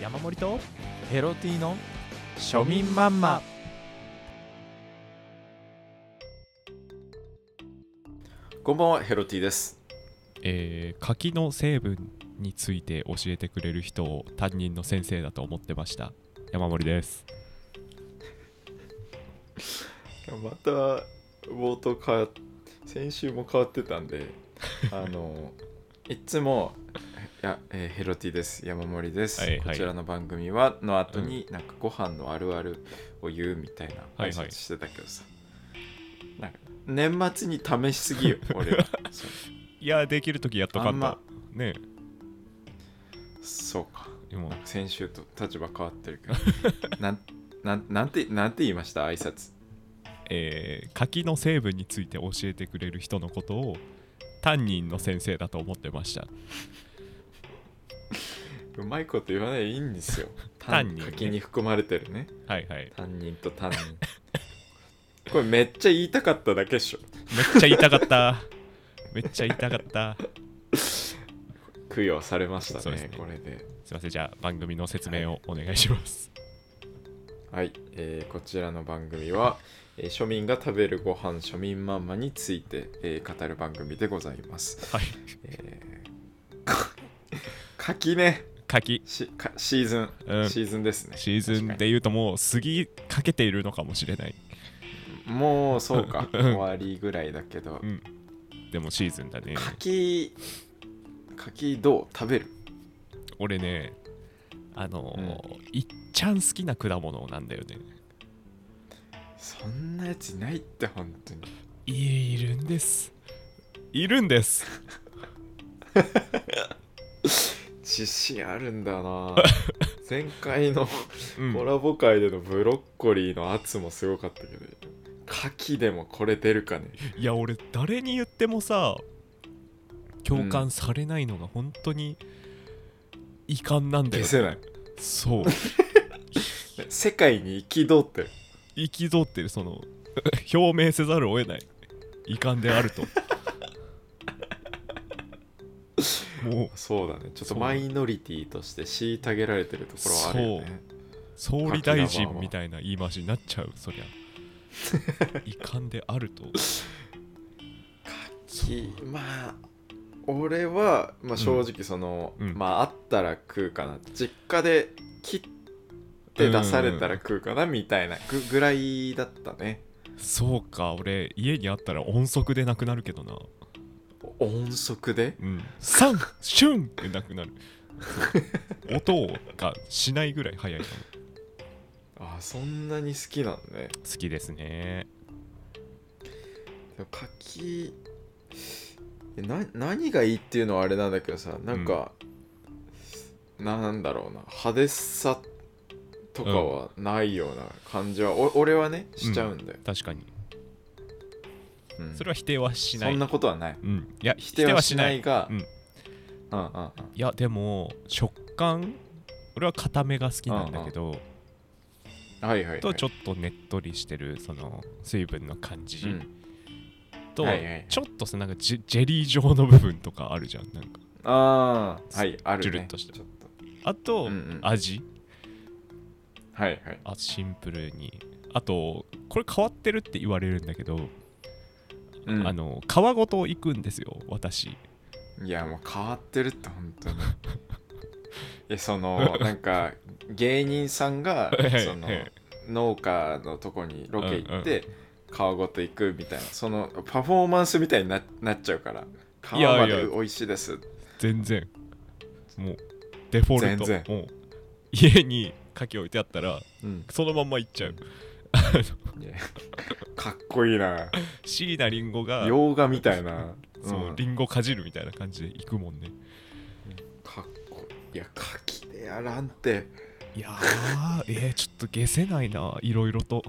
山盛りとヘロティの庶民マンマ。 こんばんは、ヘロティです。 柿の成分について教えてくれる人を担任の先生だと思ってました。山盛りです。 また冒頭先週も変わってたんでいつもヘロティです、山盛りです、 はいはい、 こちらの番組はの後になんかご飯のあるあるを言うみたいな挨拶してたけどさ、なんか年末に試しすぎよ俺は。 いや、できるときやっとかんとね。 そうか、 なんか先週と立場変わってるけどなんて言いました挨拶。 柿の成分について教えてくれる人のことを担任の先生だと思ってました。 うまいこと言わないでいいんですよ。 担任、ね、 柿に含まれてるね。 はいはい。 担任と担任。これめっちゃ言いたかっただけっしょ。 めっちゃ言いたかった。めっちゃ言いたかった。 供養されましたね、 これで。 すいません、じゃあ番組の説明をお願いします。 はい、こちらの番組は、庶民が食べるご飯庶民マンマについて、語る番組でございます。 はい。 柿ね。 柿シーズン、シーズンですね。 シーズンで言うともう過ぎかけているのかもしれない。 もうそうか終わりぐらいだけど、 でもシーズンだね。 柿どう食べる？ 俺ね、いっちゃん好きな果物なんだよね。 そんなやついないって本当に。 いるんです。 自信あるんだな。前回のコラボ会でのブロッコリーの圧もすごかったけど、柿でもこれ出るかね。 いや、俺誰に言ってもさ共感されないのが本当に遺憾なんだよ、ね。 消せない。 そう。 世界に憤ってる。 その表明せざるを得ない遺憾であると。もうそうだね、ちょっとマイノリティとして虐げられてるところはあるよね。 総理大臣みたいな言い回しになっちゃう。そりゃ遺憾であると。 まあ俺は、正直あったら食うかな、実家で切って出されたら食うかなみたいなぐらいだったね。 そうか、俺家にあったら音速でなくなるけどな。 音速で？ サンシュンってなくなる。音がしないぐらい早いかも。あ、そんなに好きなんね。 好きですね。 でも柿何がいいっていうのはあれなんだけどさ、なんか、なんだろうな、派手さとかはないような感じは、俺はねしちゃうんだよ。 確かに。それは否定はしない。 そんなことはない。 いや、否定はしないが、いやでも食感、俺は固めが好きなんだけど、とちょっとねっとりしてるその水分の感じ、と、ちょっとなんかジェリー状の部分とかあるじゃん。なんかあるね、 ジュルッとして。あと、味、シンプルに。あとこれ変わってるって言われるんだけど、皮ごといくんですよ、私。 いや、もう変わってるって本当に。いや、なんか芸人さんが農家のとこにロケ行って皮ごといくみたいな、そのパフォーマンスみたいに なっちゃうから、皮まで美味しいです。 全然もうデフォルト。もう家に牡蠣置いてあったら、そのまんまいっちゃう。 かっこいいな。 椎名林檎が洋画みたいな。 そう、リンゴかじるみたいな感じでいくもんね。 かっこいい。いや、牡蠣でやらんって。 いやー、ちょっと消せないな、いろいろと。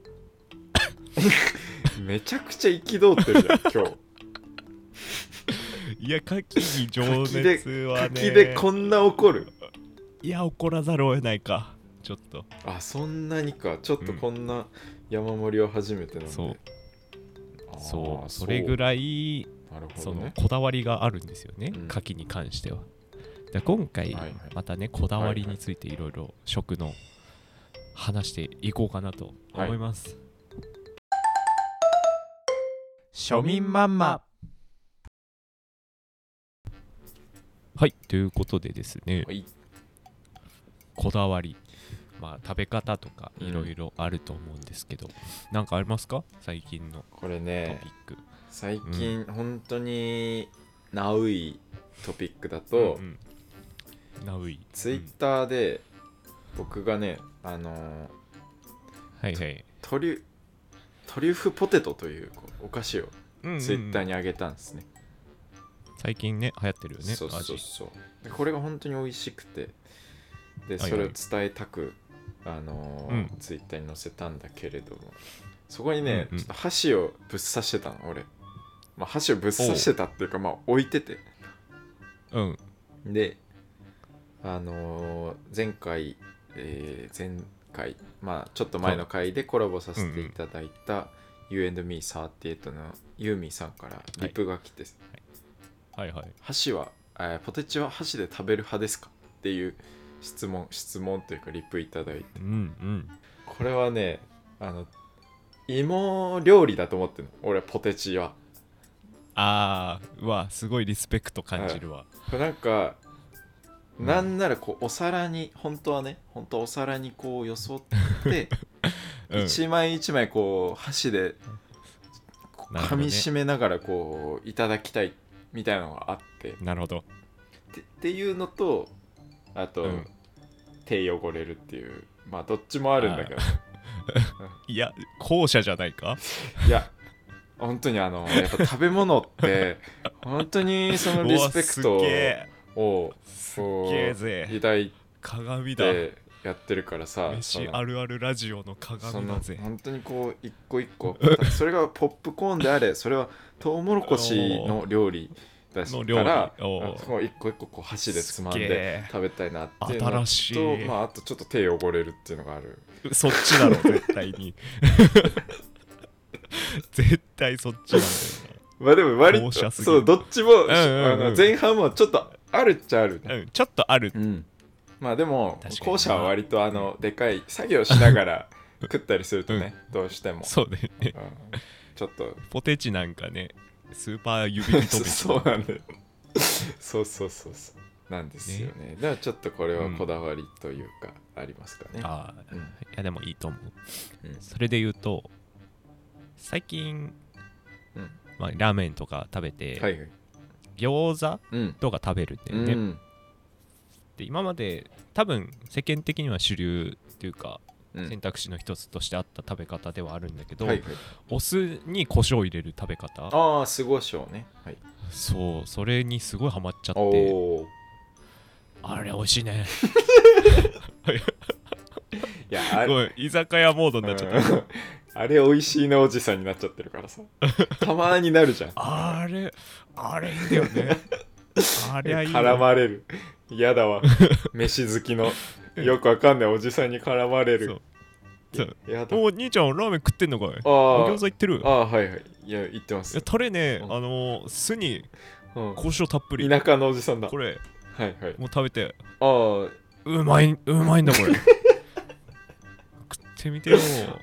めちゃくちゃ憤ってるじゃん今日。 いや、牡蠣に情熱はね。 牡蠣でこんな怒る？ いや、怒らざるを得ないか、ちょっと。 あ、そんなにか。ちょっとこんな山盛りは初めてなんで。 そう、それぐらい、 なるほどね、 そのこだわりがあるんですよね、牡蠣に関しては。 で今回またねこだわりについていろいろ食の話していこうかなと思います、 庶民マンマ。 はいということでですね、 はい、 こだわり食べ方とかいろいろあると思うんですけど、なんかありますか最近のこれねトピック。 最近、本当にナウイトピックだと、 ナウイツイッターで僕がねはいはいトリュフポテトというお菓子をツイッターに上げたんですね、 最近ね流行ってるよね。 そうでこれが本当に美味しくて、でそれを伝えたく、ツイッターに載せたんだけれども、そこにね、ちょっと箸をぶっ刺してたの俺、箸をぶっ刺してたっていうか置いてて、で前回、ちょっと前の回でコラボさせていただいた You&Me38 のユーミーさんからリプが来て、箸はポテチは箸で食べる派ですかっていう質問というかリプいただいて、これはね芋料理だと思ってるの俺ポテチは。 すごいリスペクト感じるわ、 なんかなんならお皿に本当はお皿によそって一枚一枚箸で噛みしめながらいただきたいみたいなのがあって、 なるほどっていうのと、あと、手汚れるっていう、どっちもあるんだけどいや後者じゃないか。 いや本当にやっぱ食べ物って本当にそのリスペクトを抱いてやってるからさ、 飯あるあるラジオの鏡だぜ。 本当に一個一個それがポップコーンであれ、それはトウモロコシの料理だから一個一個箸でつまんで食べたいなっていうのと、 新しい、 あとちょっと手汚れるっていうのがある。 そっちだろ絶対に絶対そっちなんだよでも割とそうどっちも、前半もちょっとあるっちゃある、 ちょっとある、 でも後者は割とでかい作業しながら食ったりするとね、どうしてもそうだよね、 ちょっとポテチなんかねスーパー指飛びそうなんだよそうなんですよね。だからちょっとこれはこだわりというか、ありますかね。 いやでもいいと思う、それで言うと最近、ラーメンとか食べて、餃子とか食べるんだよね、で今まで多分世間的には主流っていうか、選択肢の一つとしてあった食べ方ではあるんだけど、お酢に胡椒を入れる食べ方、 酢胡椒ね、 そうそれにすごいハマっちゃって、あれ美味しいねいや居酒屋モードになっちゃったあれ美味しいなおじさんになっちゃってるからさたまになるじゃんあれいいんだよねあれはいい絡まれる、嫌だわ飯好きのよくわかんないおじさんに絡まれる。 お兄ちゃんラーメン食ってんのかい、お餃子行ってる、 いや行ってます。 タレね、酢に胡椒たっぷり、 田舎のおじさんだこれ、もう食べて、 うまいんだこれ食ってみてよ。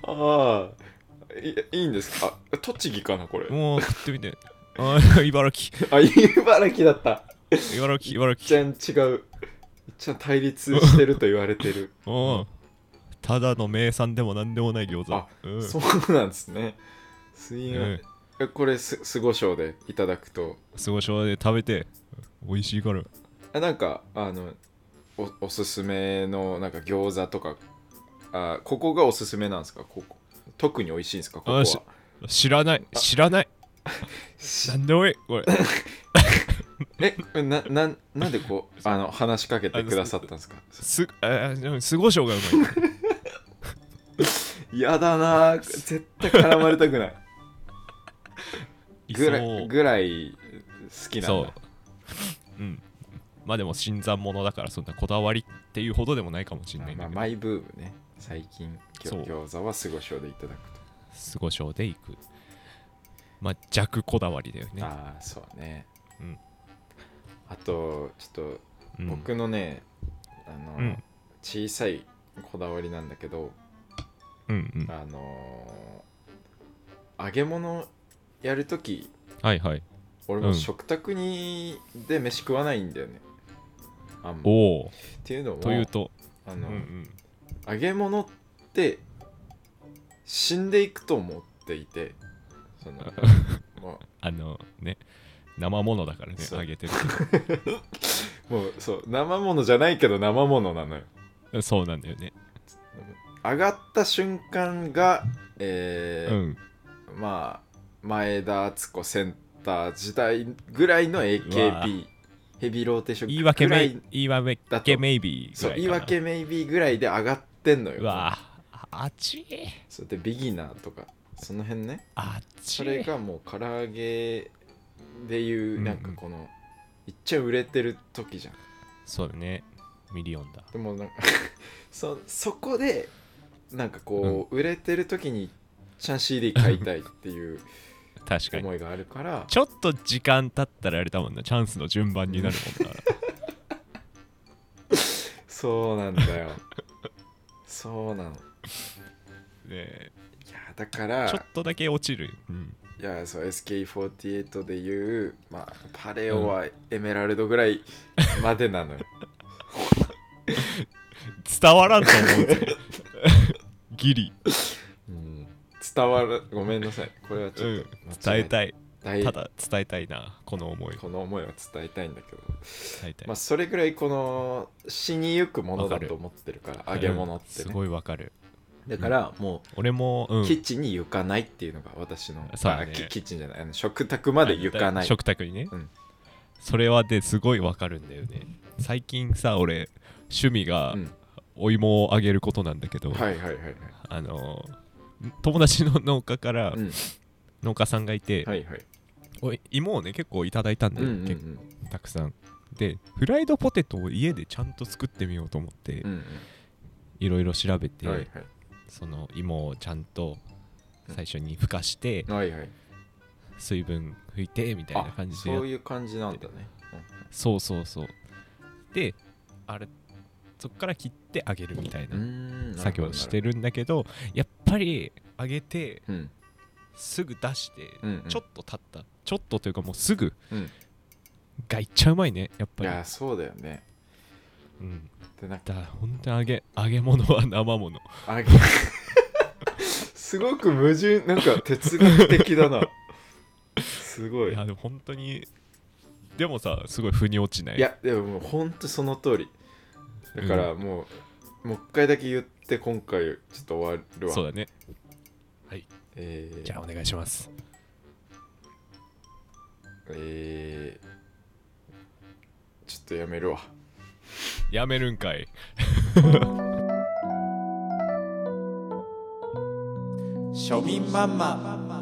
いいんですか。栃木かなこれ。 もう食ってみて。茨城。 茨城だった。 茨城。 めっちゃ違う。めっちゃ対立してると言われてる。 ただの名産でもなんでもない餃子。 そうなんですね。これ酢胡椒でいただくと。 酢胡椒で食べて美味しいから。 なんかおすすめのなんか餃子とか、ここがおすすめなんですか。ここ特に美味しいんですか。ここは知らないなんでもいいこれなんで話しかけてくださったんですか。 酢胡椒がうまいやだな、絶対絡まれたくないぐらい好きなんだ。 でも新参者だからそんなこだわりっていうほどでもないかもしれないんだけど、 マイブームね。最近餃子は酢胡椒でいただくと。 酢胡椒でいく。弱こだわりだよね。 そうね。あとちょっと僕のね小さいこだわりなんだけど、揚げ物やるとき、 はいはい、 俺も食卓で飯食わないんだよね。っていうのもというと揚げ物って死んでいくと思っていて、もうね、生物だからね、揚げてるもうそう生物じゃないけど生物なのよ。 そうなんだよね。 上がった瞬間がまあ前田敦子センター時代ぐらいの AKB ヘビーローテーションぐらいだと、 言い訳メイビーぐらいかな。 そう言い訳メイビーぐらいで上がってんのよ。 うわあちそうでビギナーとかその辺ね、それがもう唐揚げでいうなんかこのいっちゃ売れてる時じゃん。 そうだね、ミリオンだ。 でもなんかそこでなんかこう、売れてる時にちゃん CD 買いたいっていう確かに思いがあるからちょっと時間経ったらあれだもんな、チャンスの順番になるもんなそうなんだよそうなのね。 いやだからちょっとだけ落ちる、 いやそう SK48 でいうまあパレオはエメラルドぐらいまでなのよ、 伝わらんと思うぜギリ、 伝わる、ごめんなさい、これはちょっと、 伝えたい、ただ伝えたいな、この思いは伝えたいんだけど、 伝えたい、 まあそれぐらいこの死にゆくものだと思ってるから揚げ物ってね、 すごいわかる。 だからもう、 俺も、 キッチンに行かないっていうのが私の、 ね、 キッチンじゃない食卓まで行かない、 食卓にね、それはですごいわかるんだよね。最近さ俺趣味がお芋をあげることなんだけど、友達の農家から、農家さんがいて、芋をね結構いただいたんだよ、たくさんで。フライドポテトを家でちゃんと作ってみようと思って、いろいろ調べて、その芋をちゃんと最初にふかして、水分拭いてみたいな感じで、 そういう感じなんだね、 そうでそっから切ってあげるみたいな作業してるんだけど、やっぱりあげて、すぐ出して、ちょっと経ったちょっとというかもうすぐ、がいっちゃうまいねやっぱり。 いやそうだよね。 だから本当に揚げ物は生物すごく矛盾、なんか哲学的だなすごい。 いやでも本当にでもさすごい腑に落ちない。 いやでももう本当その通りだからもう一回だけ言って今回ちょっと終わるわ。 そうだね。はい、じゃあお願いします。 ちょっとやめるわ。 やめるんかい庶民マンマ。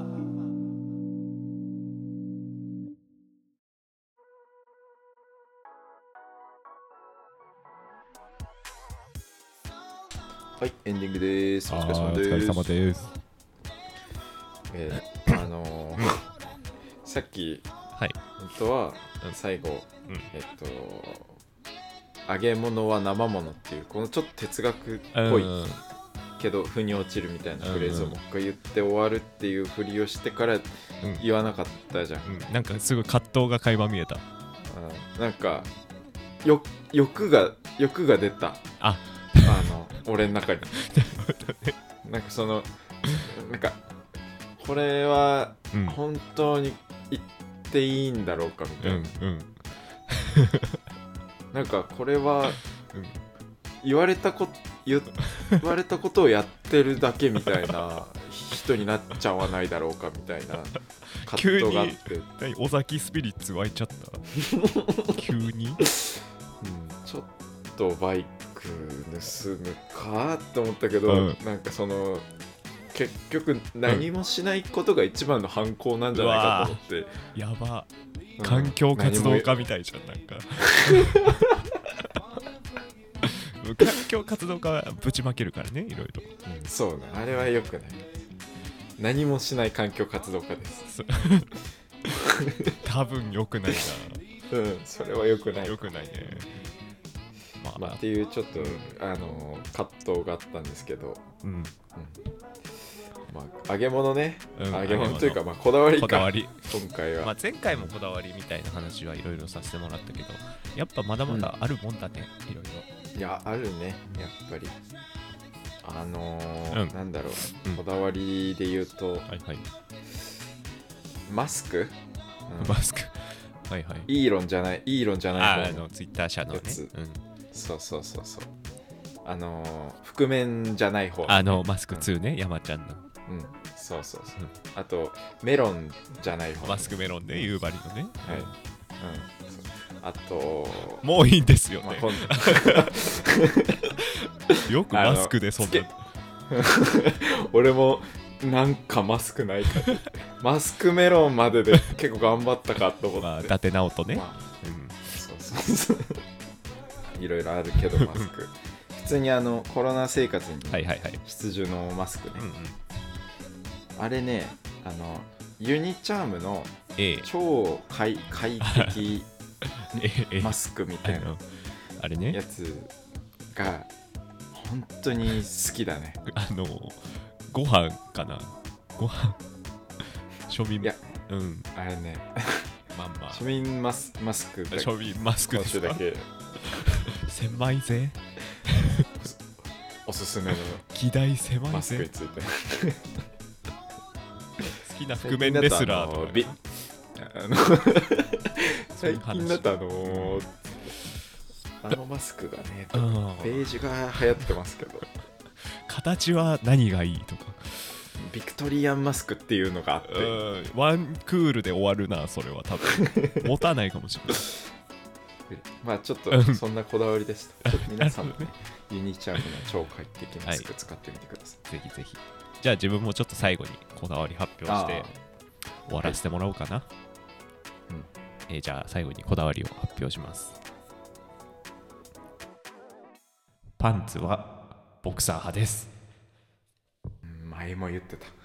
はい、エンディングです。お疲れ様です。 お疲れ様です。 さっき、 はい、 本当は最後、揚げ物は生物っていうこのちょっと哲学っぽいけど腑に落ちるみたいなフレーズをもう一回言って終わるっていうふりをしてから言わなかったじゃん。 なんかすごい葛藤が垣間見えた。 なんか欲が出た。俺の中になんかそのなんかこれは本当に言っていいんだろうかみたいな、なんかこれは言われたことをやってるだけみたいな人になっちゃわないだろうかみたいな葛藤があって急に尾崎スピリッツ湧いちゃった急に、 ちょっとバイク盗むかと思ったけど、なんかその結局何もしないことが一番の犯行なんじゃないかと思って、 やば、環境活動家みたいじゃん。なんか環境活動家はぶちまけるからね、いろいろ。 そうね、あれはよくない。何もしない環境活動家です多分よくないな。 それはよくない。 よくないね。 まあ、っていうちょっと、葛藤があったんですけど、まあ、揚げ物ね、揚げ物というか、まあ、こだわりか、今回は。 まあ、前回もこだわりみたいな話はいろいろさせてもらったけど、やっぱまだまだあるもんだね、いろいろ。 いや、あるね、やっぱり。なんだろう、こだわりで言うと、マスク、 マスク。はいはい。 イーロンじゃない方のツイッター社のね。 そう。覆面じゃない方。 マスク2ね、山ちゃんの。 そう。あと、メロンじゃない方。 マスクメロンね、夕張のね。 あと、 もういいんですよね。よくマスクでそんな。 俺もなんかマスクないかマスクメロンまでで結構頑張ったかと思って、 伊達直人ね、 そういろいろあるけどマスク普通にコロナ生活に必需のマスクね、あれねユニチャームの超快適マスクみたいなあれねやつが本当に好きだね。 ご飯かな、ご飯庶民、 いや、あれねまんま庶民マスク庶民マスクですか。狭いぜおすすめの議題狭いぜマスクについて好きな覆面レスラーとか、ね、 最近だとマスクがねベージュが流行ってますけど形は何がいいとかビクトリアンマスクっていうのがあってワンクールで終わるなそれは多分持たないかもしれないまあちょっとそんなこだわりでしたちょっと皆さんもねユニチャームの超快適マスク使ってみてください、 ぜひぜひ。じゃあ自分もちょっと最後にこだわり発表して終わらせてもらおうかな、じゃあ最後にこだわりを発表します。パンツはボクサー派です。 前も言ってた。